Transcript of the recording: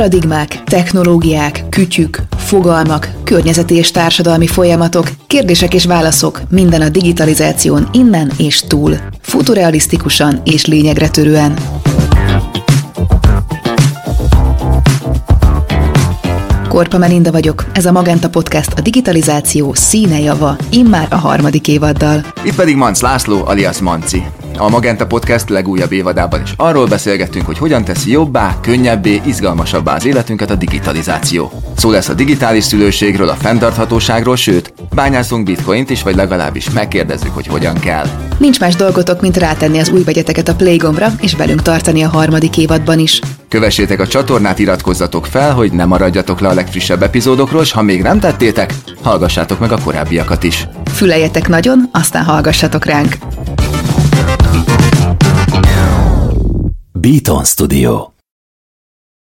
Paradigmák, technológiák, kütyük, fogalmak, környezeti és társadalmi folyamatok, kérdések és válaszok, minden a digitalizáción innen és túl. Futurealisztikusan és lényegre törően. Korpa Melinda vagyok, ez a Magenta Podcast a digitalizáció színe java, immár a 3. évaddal. Itt pedig Manc László, alias Manci. A Magenta Podcast legújabb évadában is arról beszélgettünk, hogy hogyan teszi jobbá, könnyebbé, izgalmasabbá az életünket a digitalizáció. Szó lesz a digitális szülőségről, a fenntarthatóságról, sőt, bányászunk bitcoint is, vagy legalábbis megkérdezzük, hogy hogyan kell. Nincs más dolgotok, mint rátenni az új vegyeteket a Play gombra, és velünk tartani a 3. évadban is. Kövessétek a csatornát, iratkozzatok fel, hogy ne maradjatok le a legfrissebb epizódokról, és ha még nem tettétek, hallgassátok meg a korábbiakat is. Füleljetek nagyon, aztán hallgassatok ránk. Beaton Studio.